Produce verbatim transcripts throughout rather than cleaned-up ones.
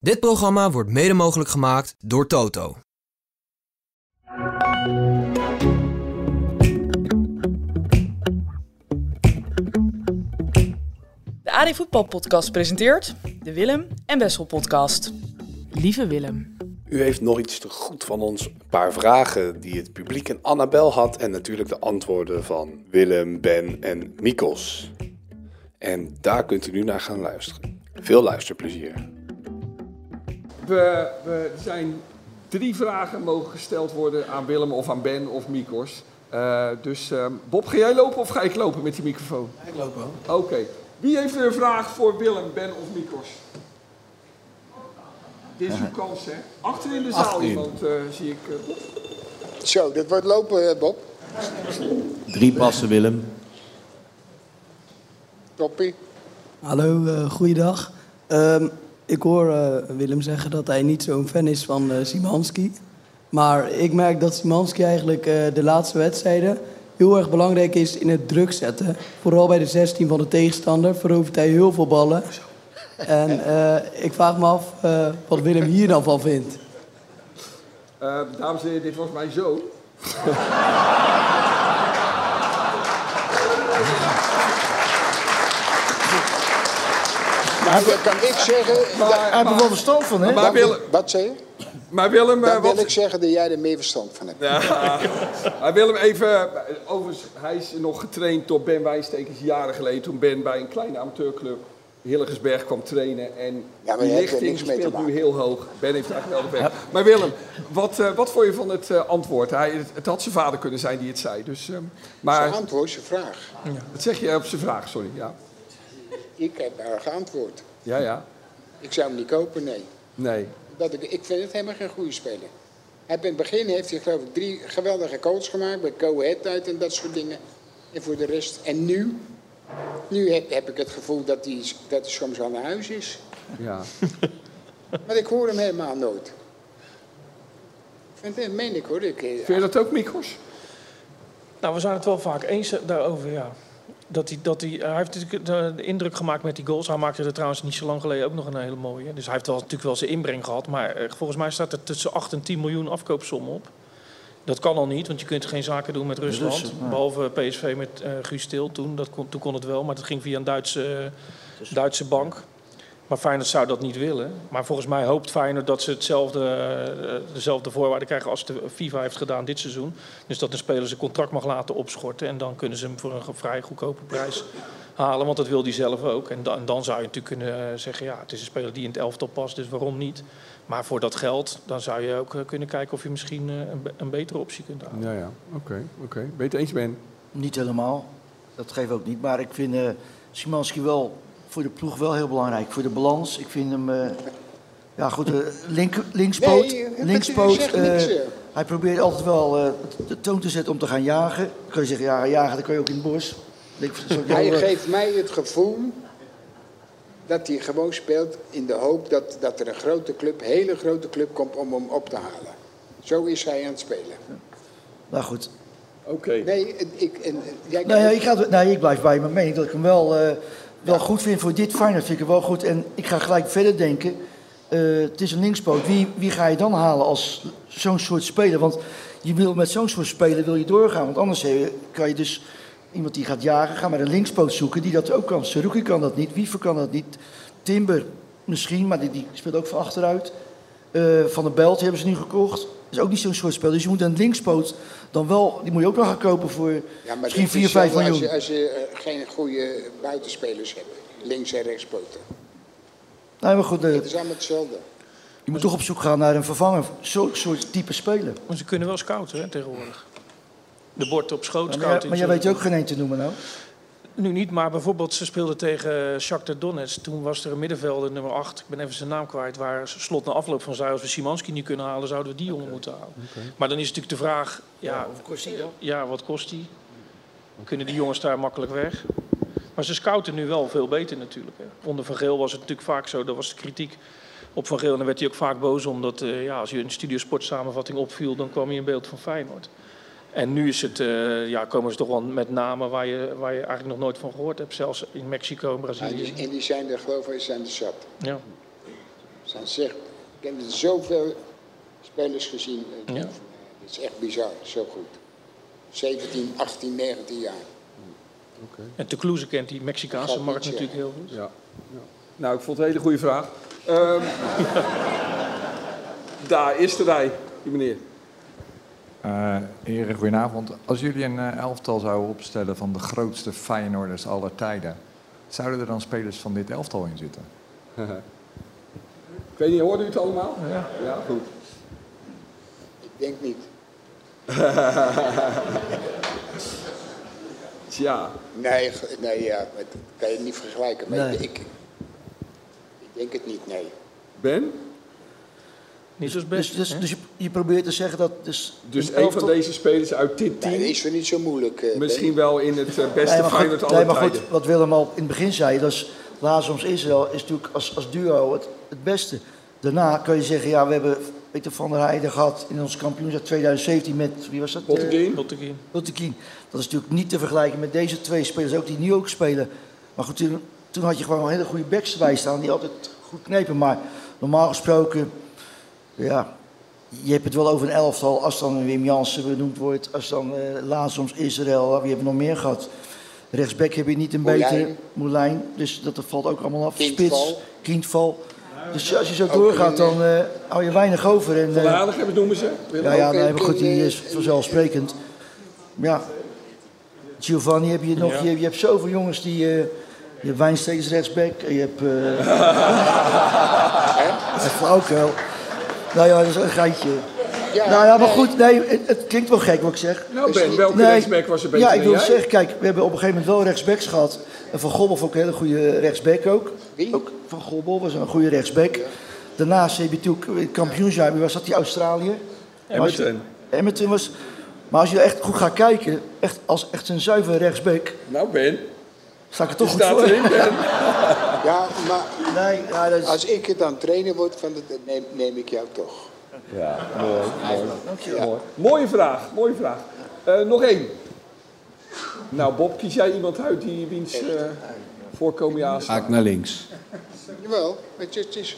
Dit programma wordt mede mogelijk gemaakt door Toto. De A D Voetbal Podcast presenteert de Willem en Wessel Podcast. Lieve Willem. U heeft nog iets te goed van ons. Een paar vragen die het publiek en Annabel had. En natuurlijk de antwoorden van Willem, Ben en Mikos. En daar kunt u nu naar gaan luisteren. Veel luisterplezier. We, we zijn drie vragen mogen gesteld worden aan Willem of aan Ben of Mikos. Uh, dus uh, Bob, ga jij lopen of ga ik lopen met die microfoon? Ik loop wel. Oké. Okay. Wie heeft er een vraag voor Willem, Ben of Mikos? Dit is uw kans, hè? Achter in de zaal Achterin. iemand, uh, zie ik. Uh, Bob. Zo, dat wordt lopen, Bob. Drie passen, Willem. Toppie. Hallo, uh, goeiedag. Uh, ik hoor uh, Willem zeggen dat hij niet zo'n fan is van uh, Szymanski. Maar ik merk dat Szymanski eigenlijk uh, de laatste wedstrijden heel erg belangrijk is in het druk zetten. Vooral bij de zestien van de tegenstander verovert hij heel veel ballen. En uh, ik vraag me af uh, wat Willem hier dan van vindt. Uh, dames en heren, dit was mijn zoon. Maar dan kan ik zeggen... Maar, dat, Hij heeft er wel verstand van, hè? maar Willem, wat zei je? maar Willem, uh, Dan wil wat... ik zeggen dat jij er meer verstand van hebt. Ja, maar Willem, even... Overigens, hij is nog getraind door Ben Wijnstekers jaren geleden. Toen Ben bij een kleine amateurclub Hillegersberg kwam trainen. En Ja, maar die daar heb je lichting niks mee te speelt nu maken. heel hoog. Ben heeft daar geweldig weg. Maar Willem, wat, uh, wat vond je van het uh, antwoord? Hij, het, het had zijn vader kunnen zijn die het zei. Dus, uh, maar, Zijn antwoord is je vraag. ja, wat zeg je op zijn vraag? Sorry. Ja, Ik heb haar geantwoord. ja. ja. Ik zou hem niet kopen, nee. Nee. Dat ik, ik vind het helemaal geen goede speler. Hij, in het begin heeft hij geloof ik drie geweldige goals gemaakt. Bij Go Ahead uit en dat soort dingen. En voor de rest. En nu... Nu heb, heb ik het gevoel dat hij, dat hij soms al naar huis is. Ja. Maar ik hoor hem helemaal nooit. Ik vind, dat meen ik hoor. Ik, Vind je dat ook, Mikos? Nou, we zijn het wel vaak eens daarover, ja. Dat hij, dat hij, hij heeft natuurlijk de, de indruk gemaakt met die goals. Hij maakte er trouwens niet zo lang geleden ook nog een hele mooie. Dus hij heeft wel, natuurlijk wel zijn inbreng gehad. Maar eh, volgens mij staat er tussen acht en tien miljoen afkoopsom op. Dat kan al niet, want je kunt geen zaken doen met Rusland. Russen, ja. Behalve P S V met uh, Guus Til toen. Dat kon, toen kon het wel, maar dat ging via een Duitse, uh, Duitse bank. Maar Feyenoord zou dat niet willen. Maar volgens mij hoopt Feyenoord dat ze hetzelfde, uh, dezelfde voorwaarden krijgen als de FIFA heeft gedaan dit seizoen. Dus dat een speler zijn contract mag laten opschorten. En dan kunnen ze hem voor een vrij goedkope prijs halen. Want dat wil hij zelf ook. En dan, en dan zou je natuurlijk kunnen uh, zeggen, ja, het is een speler die in het elftal past, dus waarom niet? Maar voor dat geld, dan zou je ook uh, kunnen kijken of je misschien uh, een, een betere optie kunt halen. Ja, ja. Oké, okay, oké. Okay. Ben je het eens, Ben? Niet helemaal. Dat geeft ook niet. Maar ik vind uh, Szymanski wel voor de ploeg wel heel belangrijk. Voor de balans. Ik vind hem... Uh, ja, goed. Uh, link, linkspoot. Nee, linkspoot zegt uh, niks, uh. hij probeert altijd wel uh, de toon te zetten om te gaan jagen. Dan kun je zeggen, ja, jagen, dat kun je ook in het bos. Ik, Hij wel, uh, geeft mij het gevoel dat hij gewoon speelt in de hoop dat, dat er een grote club, hele grote club komt om hem op te halen. Zo is hij aan het spelen. Nou goed. Oké. Okay. Nee, ik, en, jij Nou ja, ik, ga, nee, ik blijf bij mijn mening dat ik hem wel, uh, wel ja. goed vind voor dit Feyenoord. Vind ik hem wel goed. En ik ga gelijk verder denken. Uh, het is een linkspoot. Wie, wie ga je dan halen als zo'n soort speler? Want je wil met zo'n soort speler wil je doorgaan. Want anders kan je dus iemand die gaat jagen, ga maar een linkspoot zoeken die dat ook kan. Seruki kan dat niet, Wiever kan dat niet. Timber misschien, maar die, die speelt ook van achteruit. Uh, van de Belt hebben ze nu gekocht. Dat is ook niet zo'n soort spel. Dus je moet een linkspoot dan wel, die moet je ook nog gaan kopen voor ja, misschien vier, vijf miljoen. Als je, als je uh, geen goede buitenspelers hebt, links- en rechtspoten. Nee, maar goed, uh, het is allemaal hetzelfde. Je moet toch op zoek gaan naar een vervanger, zo'n soort type speler. Maar ze kunnen wel scouten, hè, tegenwoordig. De bord op schoot ja, scouting. Maar, maar jij weet je ook geen één te noemen nou? Nu niet, maar bijvoorbeeld ze speelden tegen Shakhtar Donetsk. Toen was er een middenvelder, nummer acht, ik ben even zijn naam kwijt, waar Slot na afloop van zei, als we Szymanski niet kunnen halen, zouden we die jongen moeten halen. Okay. Maar dan is natuurlijk de vraag, ja, ja, wat kost die dan? Ja, wat kost die? Kunnen die jongens daar makkelijk weg? Maar ze scouten nu wel veel beter natuurlijk. Hè. Onder Van Geel was het natuurlijk vaak zo, dat was de kritiek op Van Geel. En dan werd hij ook vaak boos, omdat uh, ja, als je een Studiosport samenvatting opviel, dan kwam je in beeld van Feyenoord. En nu is het, uh, ja, komen ze toch wel met namen waar je, waar je eigenlijk nog nooit van gehoord hebt. Zelfs in Mexico en Brazilië. Ja, die, en die zijn er, geloof ik, zijn er zat. Ja. zijn zeg, ik heb zoveel spelers gezien. Ja. Het is echt bizar, zo goed. zeventien, achttien, negentien jaar. Okay. En Toulouse kent die Mexicaanse markt natuurlijk heel goed. Ja. Ja. Nou, ik vond het een hele goede vraag. Um, daar is de rij, die meneer. Uh, heren, goedenavond. Als jullie een uh, elftal zouden opstellen van de grootste Feyenoorders aller tijden, zouden er dan spelers van dit elftal in zitten? Ik weet niet, hoorde u het allemaal? Ja, ja goed. Ik denk niet. Tja. Nee, nee ja, dat kan je niet vergelijken. Maar Nee. ik, ik, ik denk het niet, nee. Ben? niet zoals Dus, best. dus, hè? dus je, je probeert te zeggen dat... Dus, Dus een een elftal- van deze spelers uit dit team, Nee, dat is weer niet zo moeilijk. Uh, misschien wel in het uh, beste Nee, maar Feyenoord goed, aller nee, maar goed, tijden. wat Willem al in het begin zei, dat is Lazarus Israël is natuurlijk als, als duo het, het beste. Daarna kan je zeggen, ja, we hebben Peter van der Heijden gehad in ons kampioenschap twintig zeventien met, wie was dat? Botteguin. Botteguin. Botteguin. Dat is natuurlijk niet te vergelijken met deze twee spelers, ook die nu ook spelen. Maar goed, toen, toen had je gewoon hele goede backs erbij staan, die altijd goed knepen. Maar normaal gesproken, ja, je hebt het wel over een elftal. Als dan Wim Jansen benoemd wordt, als dan uh, Lazarus Israël, wie hebben we nog meer gehad? Rechtsback heb je niet een Moulijn. betere, Moulijn, dus dat valt ook allemaal af. Kindval. Spits, Kindval. Dus als je zo Ook doorgaat, een, dan uh, hou je weinig over. En, Van de uh, Haarlem noemen ze. ja, ja, Ook nee, een- maar goed, die een, is eh, vanzelfsprekend. Ja, Giovanni heb je nog, Ja. je, je hebt zoveel jongens die... Uh, je hebt Wijnstekens rechtsback, en je hebt... Uh, het flauwkeul. Nou ja, dat is een geitje. Ja, nou ja, maar nee. goed, nee, het, het klinkt wel gek wat ik zeg. Nou Ben, welke Nee. rechtsback was er beter Ja, ik dan wil jij? zeggen, kijk, we hebben op een gegeven moment wel rechtsbacks gehad. En Van Gobbel vond ik een hele goede rechtsback ook. Wie? Ook Van Gobbel was een goede rechtsback. Daarnaast heb je natuurlijk in het kampioensjaar, wie was dat, die Australiër? Edmonton. Edmonton was... Maar als je echt goed gaat kijken, echt als echt een zuiver rechtsback, Nou Ben, sta ik er je toch goed staat voor. erin Ben. Ja, maar Nee, ja, dat is... als ik het dan trainer word, van de, neem, neem ik jou toch. Ja, mooi, mooi. Dankjewel. mooi. Mooie vraag, mooie vraag. Uh, nog één. Nou Bob, kies jij iemand uit die wiens uh, voorkomen je aanstaat? Haak naar links. Jawel, het is... Het is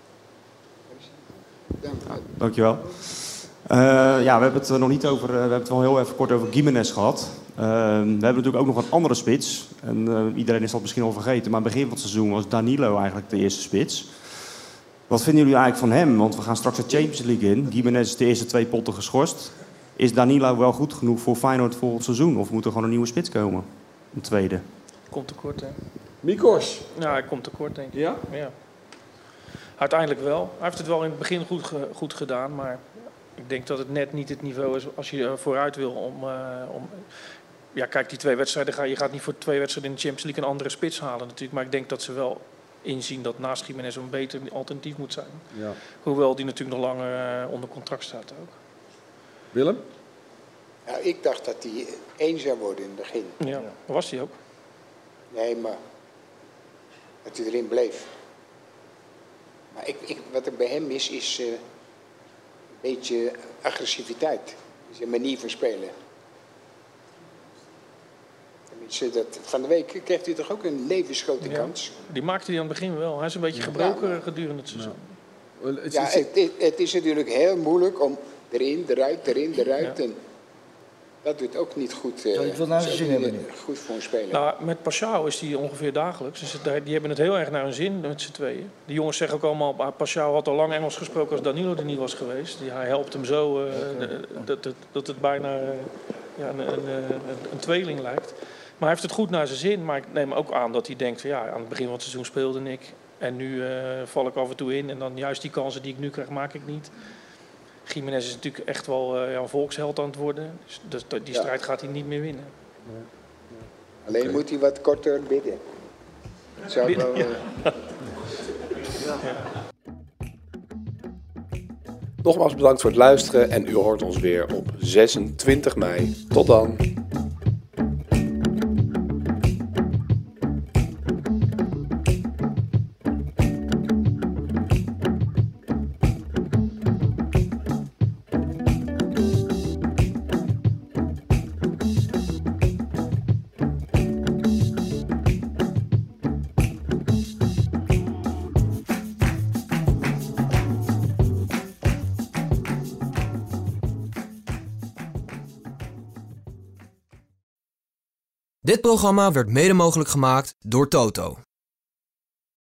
dan, Dankjewel. Uh, ja, we hebben het er nog niet over. Uh, we hebben het wel heel even kort over Gimenez gehad. Uh, we hebben natuurlijk ook nog een andere spits. En uh, iedereen is dat misschien al vergeten. Maar begin van het seizoen was Danilo eigenlijk de eerste spits. Wat vinden jullie eigenlijk van hem? Want we gaan straks de Champions League in. Gimenez is de eerste twee potten geschorst. Is Danilo wel goed genoeg voor Feyenoord volgend seizoen? Of moet er gewoon een nieuwe spits komen? Een tweede. Komt tekort, hè? Mikos. Ja, hij komt tekort, denk ik. Ja? Ja. Uiteindelijk wel. Hij heeft het wel in het begin goed, ge- goed gedaan, maar ik denk dat het net niet het niveau is als je er vooruit wil om... Uh, om ja, kijk, die twee wedstrijden, ga, je gaat niet voor twee wedstrijden in de Champions League een andere spits halen natuurlijk, maar ik denk dat ze wel inzien dat naast Gimenez een beter alternatief moet zijn. Ja. Hoewel die natuurlijk nog langer uh, onder contract staat ook. Willem? nou, ik dacht dat hij één zou worden in het begin. Ja, dat was hij ook. Nee, maar dat hij erin bleef. Maar ik, ik, wat er bij hem is, is uh, een beetje agressiviteit. Zijn manier van spelen. Tenminste, dat, van de week kreeg hij toch ook een levensgrote Ja. kans. Die maakte hij aan het begin wel. Hij is een beetje gebroken Ja. gedurende het seizoen. Het Ja, is- het, het, het is natuurlijk heel moeilijk om erin, eruit, erin, eruit. Ja. En dat doet ook niet goed. uh, Zou je het wel naar zijn is zin ook hebben niet, uh, Goed voor een speler. Nou, met Paschal is die ongeveer dagelijks. Dus het- die hebben het heel erg naar hun zin met z'n tweeën. Die jongens zeggen ook allemaal, ah, Paschal had al lang Engels gesproken als Danilo er niet was geweest. Die, hij helpt hem zo uh, de- dat, dat, dat het bijna uh, ja, een, een, een, een tweeling lijkt. Maar hij heeft het goed naar zijn zin. Maar ik neem ook aan dat hij denkt, van, ja, aan het begin van het seizoen speelde ik. En nu uh, val ik af en toe in. En dan juist die kansen die ik nu krijg, maak ik niet. Gimenez is natuurlijk echt wel uh, ja, een volksheld aan het worden. Dus, dus dat- die Ja. strijd gaat hij niet meer winnen. Alleen Oké. moet hij wat korter bidden. Dat zou ik wel, Bidden, uh, Nogmaals bedankt voor het luisteren en u hoort ons weer op zesentwintig mei. Tot dan! Dit programma werd mede mogelijk gemaakt door Toto.